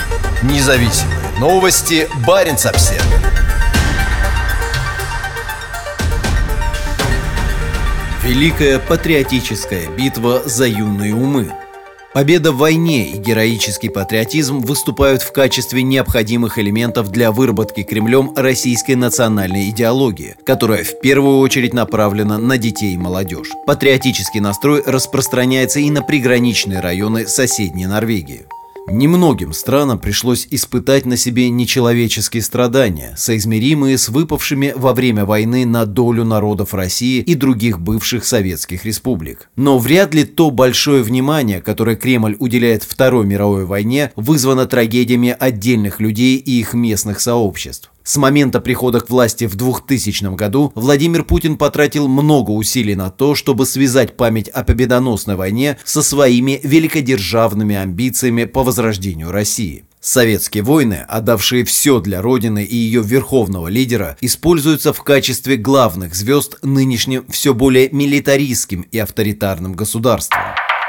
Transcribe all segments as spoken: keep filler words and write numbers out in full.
Независимые новости. Баренц-Обседа. Великая патриотическая битва за юные умы. Победа в войне и героический патриотизм выступают в качестве необходимых элементов для выработки Кремлем российской национальной идеологии, которая в первую очередь направлена на детей и молодежь. Патриотический настрой распространяется и на приграничные районы соседней Норвегии. Немногим странам пришлось испытать на себе нечеловеческие страдания, соизмеримые с выпавшими во время войны на долю народов России и других бывших советских республик. Но вряд ли то большое внимание, которое Кремль уделяет Второй мировой войне, вызвано трагедиями отдельных людей и их местных сообществ. С момента прихода к власти в двухтысячном году Владимир Путин потратил много усилий на то, чтобы связать память о победоносной войне со своими великодержавными амбициями по возрождению России. Советские воины, отдавшие все для Родины и ее верховного лидера, используются в качестве главных звезд нынешним все более милитаристским и авторитарным государством.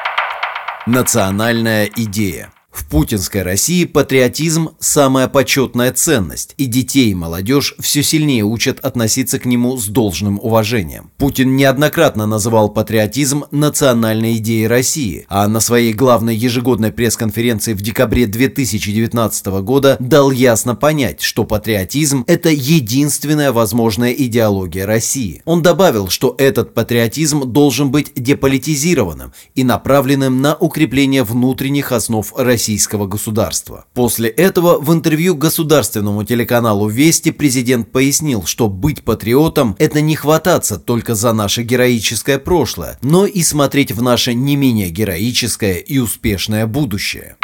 Национальная идея. В путинской России патриотизм – самая почетная ценность, и детей и молодежь все сильнее учат относиться к нему с должным уважением. Путин неоднократно называл патриотизм национальной идеей России, а на своей главной ежегодной пресс-конференции в декабре две тысячи девятнадцатого года дал ясно понять, что патриотизм – это единственная возможная идеология России. Он добавил, что этот патриотизм должен быть деполитизированным и направленным на укрепление внутренних основ России. Российского государства. После этого в интервью государственному телеканалу «Вести» президент пояснил, что быть патриотом – это не хвататься только за наше героическое прошлое, но и смотреть в наше не менее героическое и успешное будущее.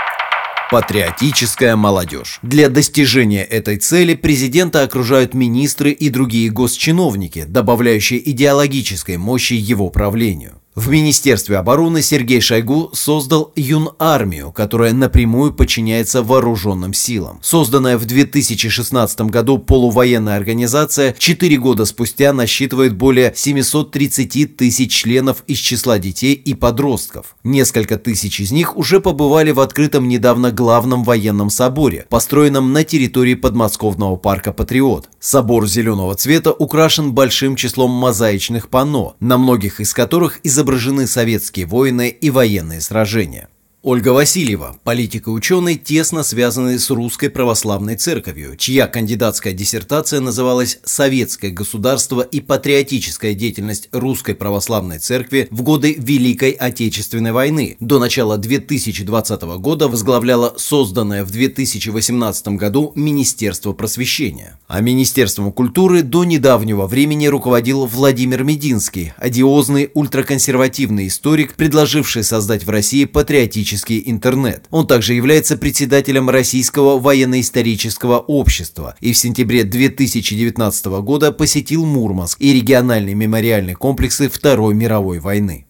Патриотическая молодежь. Для достижения этой цели президента окружают министры и другие госчиновники, добавляющие идеологической мощи его правлению. В Министерстве обороны Сергей Шойгу создал Юнармию, которая напрямую подчиняется вооруженным силам. Созданная в две тысячи шестнадцатом году полувоенная организация четыре года спустя насчитывает более семисот тридцати тысяч членов из числа детей и подростков. Несколько тысяч из них уже побывали в открытом недавно главном военном соборе, построенном на территории подмосковного парка «Патриот». Собор зеленого цвета украшен большим числом мозаичных панно, на многих из которых изображены изображены советские войны и военные сражения. Ольга Васильева, политик и ученый, тесно связанный с Русской Православной Церковью, чья кандидатская диссертация называлась «Советское государство и патриотическая деятельность Русской Православной Церкви в годы Великой Отечественной войны». До начала две тысячи двадцатого года возглавляла созданное в две тысячи восемнадцатом году Министерство просвещения. А Министерством культуры до недавнего времени руководил Владимир Мединский, одиозный ультраконсервативный историк, предложивший создать в России патриотический интернет. Он также является председателем Российского военно-исторического общества и в сентябре две тысячи девятнадцатого года посетил Мурманск и региональные мемориальные комплексы Второй мировой войны.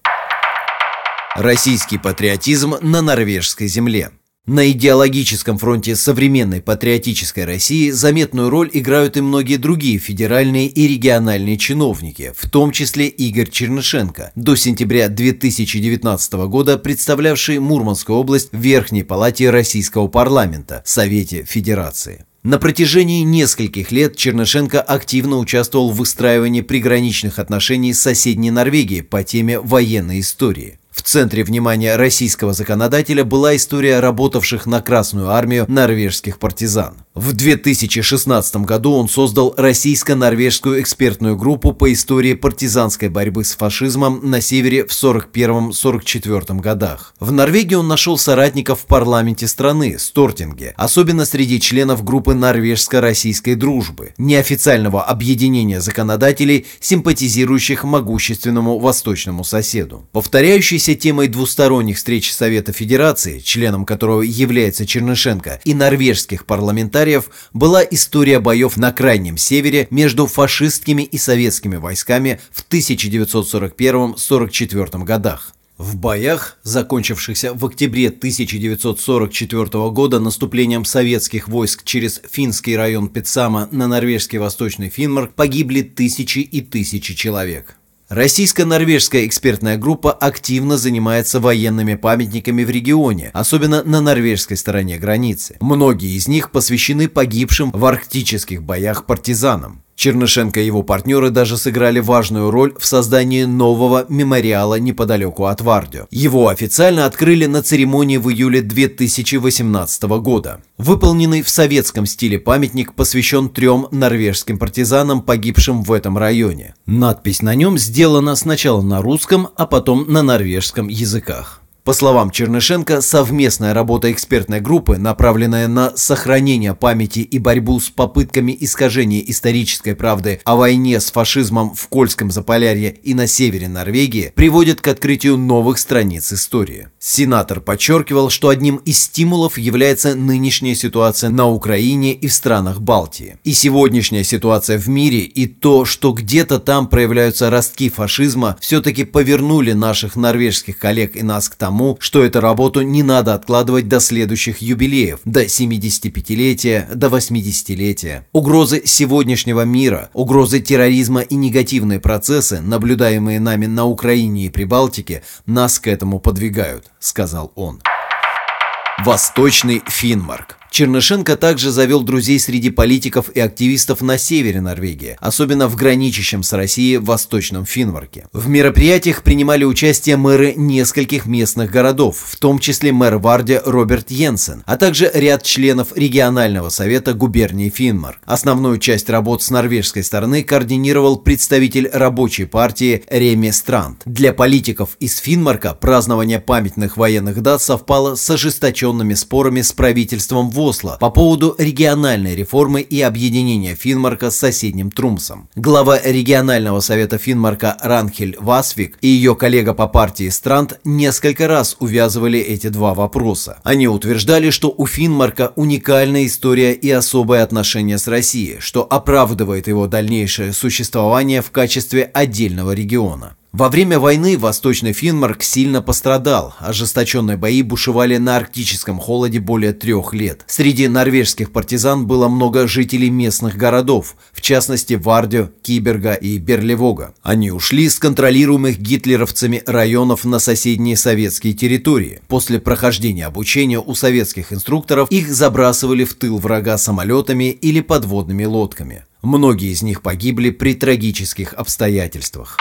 Российский патриотизм на норвежской земле. На идеологическом фронте современной патриотической России заметную роль играют и многие другие федеральные и региональные чиновники, в том числе Игорь Чернышенко, до сентября две тысячи девятнадцатого года представлявший Мурманскую область в Верхней палате Российского парламента, Совете Федерации. На протяжении нескольких лет Чернышенко активно участвовал в выстраивании приграничных отношений с соседней Норвегией по теме военной истории. В центре внимания российского законодателя была история работавших на Красную армию норвежских партизан. В две тысячи шестнадцатом году он создал российско-норвежскую экспертную группу по истории партизанской борьбы с фашизмом на севере в сорок первом — сорок четвёртом годах. В Норвегии он нашел соратников в парламенте страны, Стортинге, особенно среди членов группы норвежско-российской дружбы, неофициального объединения законодателей, симпатизирующих могущественному восточному соседу. Повторяющейся темой двусторонних встреч Совета Федерации, членом которого является Чернышенко, и норвежских парламентариев, была история боев на Крайнем Севере между фашистскими и советскими войсками в тысяча девятьсот сорок первом — сорок четвёртом годах. В боях, закончившихся в октябре тысяча девятьсот сорок четвёртого года наступлением советских войск через финский район Петсама на норвежский Восточный Финмарк, погибли тысячи и тысячи человек. Российско-норвежская экспертная группа активно занимается военными памятниками в регионе, особенно на норвежской стороне границы. Многие из них посвящены погибшим в арктических боях партизанам. Чернышенко и его партнеры даже сыграли важную роль в создании нового мемориала неподалеку от Вардё. Его официально открыли на церемонии в июле две тысячи восемнадцатого года. Выполненный в советском стиле памятник посвящен трем норвежским партизанам, погибшим в этом районе. Надпись на нем сделана сначала на русском, а потом на норвежском языках. По словам Чернышенко, совместная работа экспертной группы, направленная на сохранение памяти и борьбу с попытками искажения исторической правды о войне с фашизмом в Кольском Заполярье и на севере Норвегии, приводит к открытию новых страниц истории. Сенатор подчеркивал, что одним из стимулов является нынешняя ситуация на Украине и в странах Балтии. И сегодняшняя ситуация в мире, и то, что где-то там проявляются ростки фашизма, все-таки повернули наших норвежских коллег и нас к тому, что эту работу не надо откладывать до следующих юбилеев, до семидесятипятилетия, до восьмидесятилетия. Угрозы сегодняшнего мира, угрозы терроризма и негативные процессы, наблюдаемые нами на Украине и Прибалтике, нас к этому подвигают, сказал он. Восточный Финмарк. Чернышенко также завел друзей среди политиков и активистов на севере Норвегии, особенно в граничащем с Россией Восточном Финмарке. В мероприятиях принимали участие мэры нескольких местных городов, в том числе мэр Вардё Роберт Йенсен, а также ряд членов регионального совета губернии Финмарк. Основную часть работ с норвежской стороны координировал представитель рабочей партии Реми Странд. Для политиков из Финмарка празднование памятных военных дат совпало с ожесточенными спорами с правительством в Осло по поводу региональной реформы и объединения Финмарка с соседним Трумсом. Глава регионального совета Финмарка Ранхель Васвик и ее коллега по партии Странд несколько раз увязывали эти два вопроса. Они утверждали, что у Финмарка уникальная история и особое отношение с Россией, что оправдывает его дальнейшее существование в качестве отдельного региона. Во время войны Восточный Финмарк сильно пострадал, ожесточенные бои бушевали на арктическом холоде более трех лет. Среди норвежских партизан было много жителей местных городов, в частности Вардё, Киберга и Берлевога. Они ушли с контролируемых гитлеровцами районов на соседние советские территории. После прохождения обучения у советских инструкторов их забрасывали в тыл врага самолетами или подводными лодками. Многие из них погибли при трагических обстоятельствах.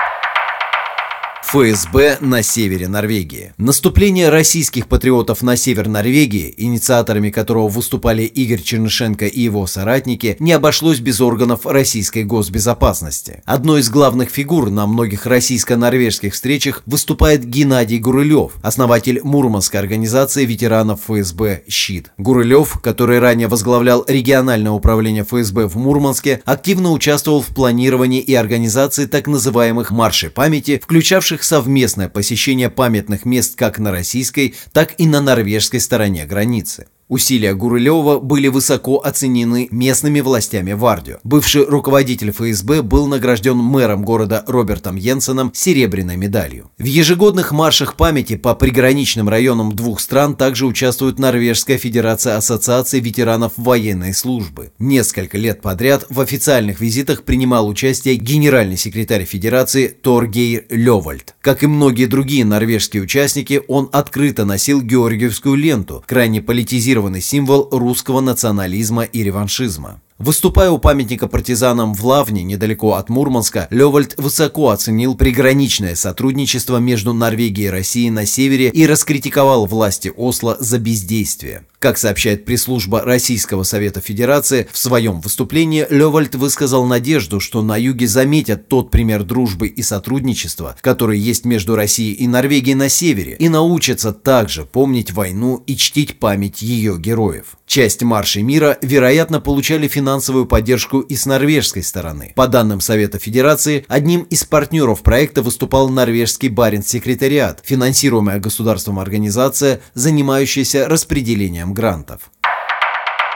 ФСБ на севере Норвегии. Наступление российских патриотов на север Норвегии, инициаторами которого выступали Игорь Чернышенко и его соратники, не обошлось без органов российской госбезопасности. Одной из главных фигур на многих российско-норвежских встречах выступает Геннадий Гурылев, основатель мурманской организации ветеранов ФСБ «Щит». Гурылев, который ранее возглавлял региональное управление ФСБ в Мурманске, активно участвовал в планировании и организации так называемых «маршей памяти», включавших совместное посещение памятных мест как на российской, так и на норвежской стороне границы. Усилия Гурылева были высоко оценены местными властями Вардё. Бывший руководитель ФСБ был награжден мэром города Робертом Йенсеном серебряной медалью. В ежегодных маршах памяти по приграничным районам двух стран также участвует Норвежская федерация ассоциаций ветеранов военной службы. Несколько лет подряд в официальных визитах принимал участие генеральный секретарь федерации Торгейр Лёвальд. Как и многие другие норвежские участники, он открыто носил георгиевскую ленту, крайне политизированный символ русского национализма и реваншизма. Выступая у памятника партизанам в Лавне, недалеко от Мурманска, Лёвальд высоко оценил приграничное сотрудничество между Норвегией и Россией на севере и раскритиковал власти Осло за бездействие. Как сообщает пресс-служба Российского Совета Федерации, в своем выступлении Лёвальд высказал надежду, что на юге заметят тот пример дружбы и сотрудничества, который есть между Россией и Норвегией на севере, и научатся также помнить войну и чтить память ее героев. Часть маршей мира, вероятно, получали финансовую поддержку и с норвежской стороны. По данным Совета Федерации, одним из партнеров проекта выступал норвежский Баренц-секретариат, финансируемая государством организация, занимающаяся распределением грантов.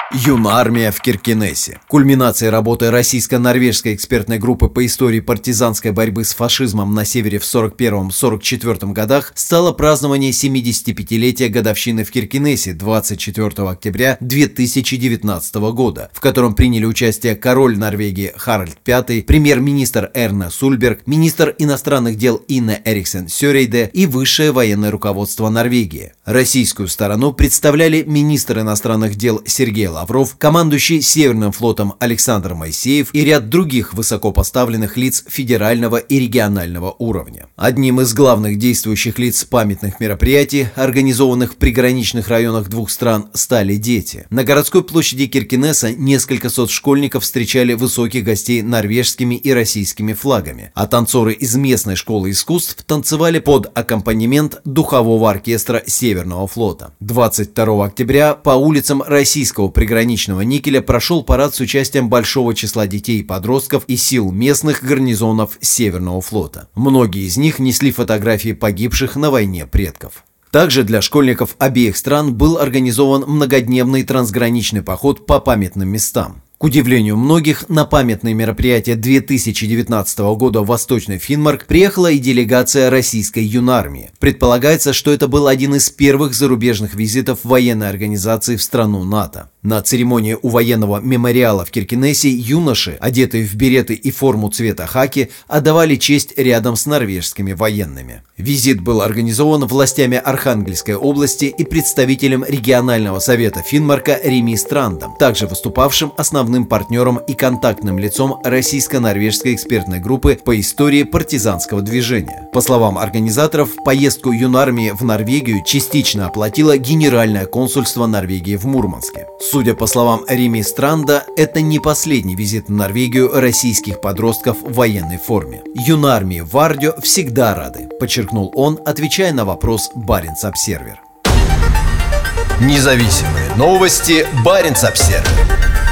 Юнармия в Киркенесе. Кульминацией работы российско-норвежской экспертной группы по истории партизанской борьбы с фашизмом на севере в сорок первом — сорок четвёртом годах стало празднование семидесятипятилетия годовщины в Киркенесе двадцать четвёртого октября две тысячи девятнадцатого года, в котором приняли участие король Норвегии Харальд пятый, премьер-министр Эрна Сульберг, министр иностранных дел Инна Эриксен Сёрейде и высшее военное руководство Норвегии. Российскую сторону представляли министр иностранных дел Сергей Лавров, Лавров, командующий Северным флотом Александр Моисеев и ряд других высокопоставленных лиц федерального и регионального уровня. Одним из главных действующих лиц памятных мероприятий, организованных в приграничных районах двух стран, стали дети. На городской площади Киркенеса несколько сот школьников встречали высоких гостей норвежскими и российскими флагами, а танцоры из местной школы искусств танцевали под аккомпанемент духового оркестра Северного флота. двадцать второго октября по улицам российского приграничного Граничного Никеля прошел парад с участием большого числа детей и подростков и сил местных гарнизонов Северного флота. Многие из них несли фотографии погибших на войне предков. Также для школьников обеих стран был организован многодневный трансграничный поход по памятным местам. К удивлению многих, на памятные мероприятия две тысячи девятнадцатого года в Восточный Финмарк приехала и делегация российской юнармии. Предполагается, что это был один из первых зарубежных визитов военной организации в страну НАТО. На церемонии у военного мемориала в Киркенесе юноши, одетые в береты и форму цвета хаки, отдавали честь рядом с норвежскими военными. Визит был организован властями Архангельской области и представителем регионального совета Финмарка Рими Страндом, также выступавшим основным партнером и контактным лицом российско-норвежской экспертной группы по истории партизанского движения. По словам организаторов, поездку юнармии в Норвегию частично оплатило Генеральное консульство Норвегии в Мурманске. Судя по словам Рими Странда, это не последний визит в Норвегию российских подростков в военной форме. Юнармии в Вардё всегда рады, подчеркнул он, отвечая на вопрос Баренц-Обсервер. Независимые новости. Баренц-Обсервер.